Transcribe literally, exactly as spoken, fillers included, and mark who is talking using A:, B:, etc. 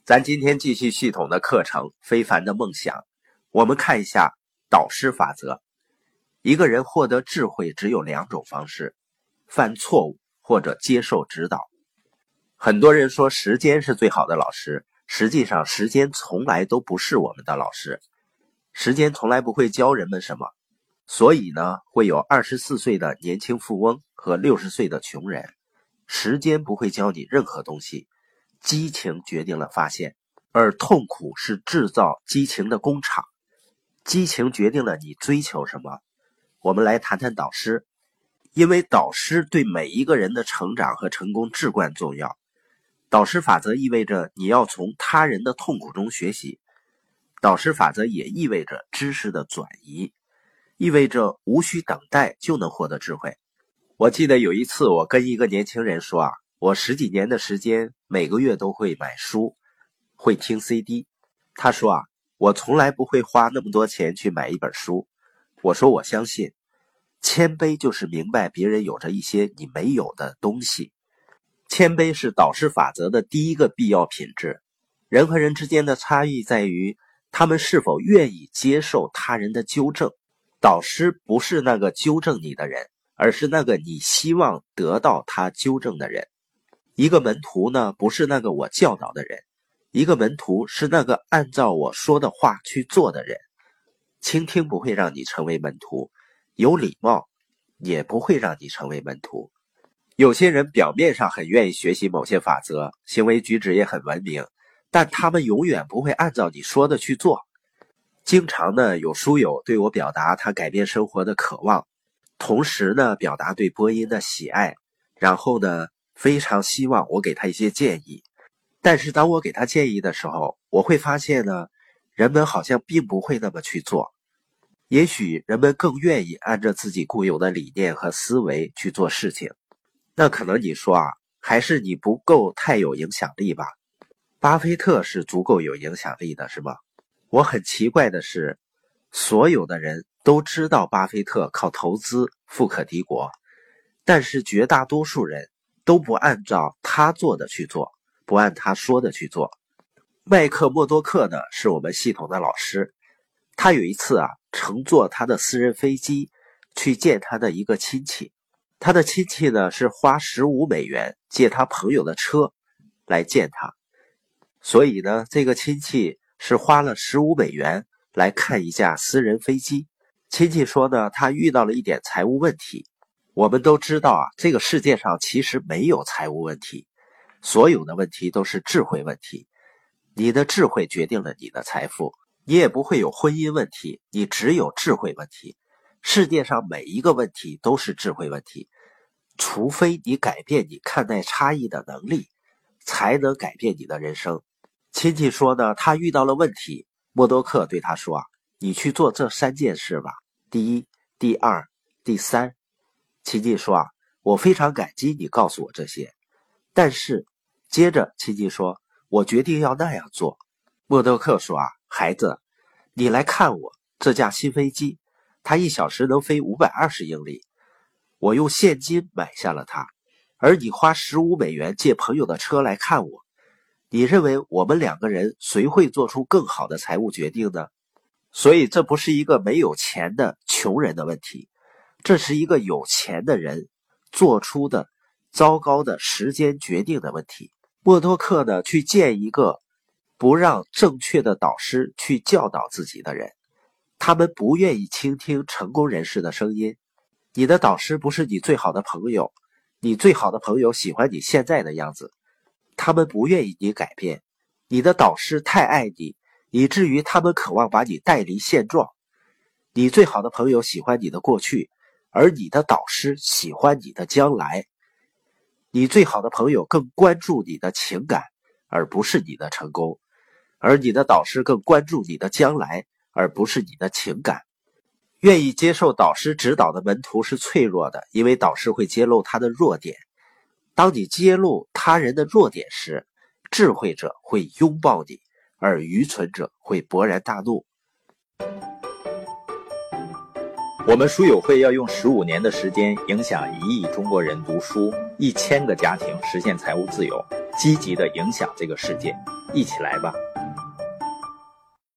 A: 咱今天继续系统的课程，非凡的梦想。我们看一下导师法则。一个人获得智慧只有两种方式：犯错误或者接受指导。很多人说时间是最好的老师，实际上时间从来都不是我们的老师。时间从来不会教人们什么，所以呢，会有二十四岁的年轻富翁和六十岁的穷人。时间不会教你任何东西，激情决定了发现，而痛苦是制造激情的工厂。激情决定了你追求什么。我们来谈谈导师，因为导师对每一个人的成长和成功至关重要。导师法则意味着你要从他人的痛苦中学习。导师法则也意味着知识的转移，意味着无需等待就能获得智慧。我记得有一次我跟一个年轻人说啊，我十几年的时间每个月都会买书，会听 C D。 他说啊，我从来不会花那么多钱去买一本书。我说我相信，谦卑就是明白别人有着一些你没有的东西。谦卑是导师法则的第一个必要品质。人和人之间的差异在于他们是否愿意接受他人的纠正。导师不是那个纠正你的人，而是那个你希望得到他纠正的人。一个门徒呢，不是那个我教导的人，一个门徒是那个按照我说的话去做的人。倾听不会让你成为门徒，有礼貌也不会让你成为门徒。有些人表面上很愿意学习某些法则，行为举止也很文明，但他们永远不会按照你说的去做。经常呢，有书友对我表达他改变生活的渴望，同时呢，表达对播音的喜爱，然后呢，非常希望我给他一些建议。但是当我给他建议的时候，我会发现呢，人们好像并不会那么去做。也许人们更愿意按照自己固有的理念和思维去做事情。那可能你说啊，还是你不够太有影响力吧？巴菲特是足够有影响力的，是吗？我很奇怪的是，所有的人都知道巴菲特靠投资富可敌国，但是绝大多数人都不按照他做的去做，不按他说的去做。麦克默多克呢，是我们系统的老师。他有一次啊，乘坐他的私人飞机去见他的一个亲戚。他的亲戚呢，是花十五美元借他朋友的车来见他。所以呢，这个亲戚是花了十五美元来看一架私人飞机。亲戚说呢，他遇到了一点财务问题。我们都知道啊，这个世界上其实没有财务问题，所有的问题都是智慧问题。你的智慧决定了你的财富。你也不会有婚姻问题，你只有智慧问题。世界上每一个问题都是智慧问题，除非你改变你看待差异的能力，才能改变你的人生。亲戚说呢，他遇到了问题。默多克对他说啊，你去做这三件事吧，第一、第二、第三。亲戚说啊，我非常感激你告诉我这些。但是接着亲戚说，我决定要那样做。默多克说啊，孩子，你来看我这架新飞机，它一小时能飞五百二十英里。我用现金买下了它，而你花十五美元借朋友的车来看我。你认为我们两个人谁会做出更好的财务决定呢？所以这不是一个没有钱的穷人的问题，这是一个有钱的人做出的糟糕的时间决定的问题。默多克呢，去见一个不让正确的导师去教导自己的人，他们不愿意倾听成功人士的声音。你的导师不是你最好的朋友，你最好的朋友喜欢你现在的样子，他们不愿意你改变。你的导师太爱你，以至于他们渴望把你带离现状。你最好的朋友喜欢你的过去，而你的导师喜欢你的将来。你最好的朋友更关注你的情感，而不是你的成功。而你的导师更关注你的将来，而不是你的情感。愿意接受导师指导的门徒是脆弱的，因为导师会揭露他的弱点。当你揭露他人的弱点时，智慧者会拥抱你，而愚蠢者会勃然大怒。
B: 我们书友会要用十五年的时间影响一亿中国人读书，一千个家庭实现财务自由，积极的影响这个世界，一起来吧。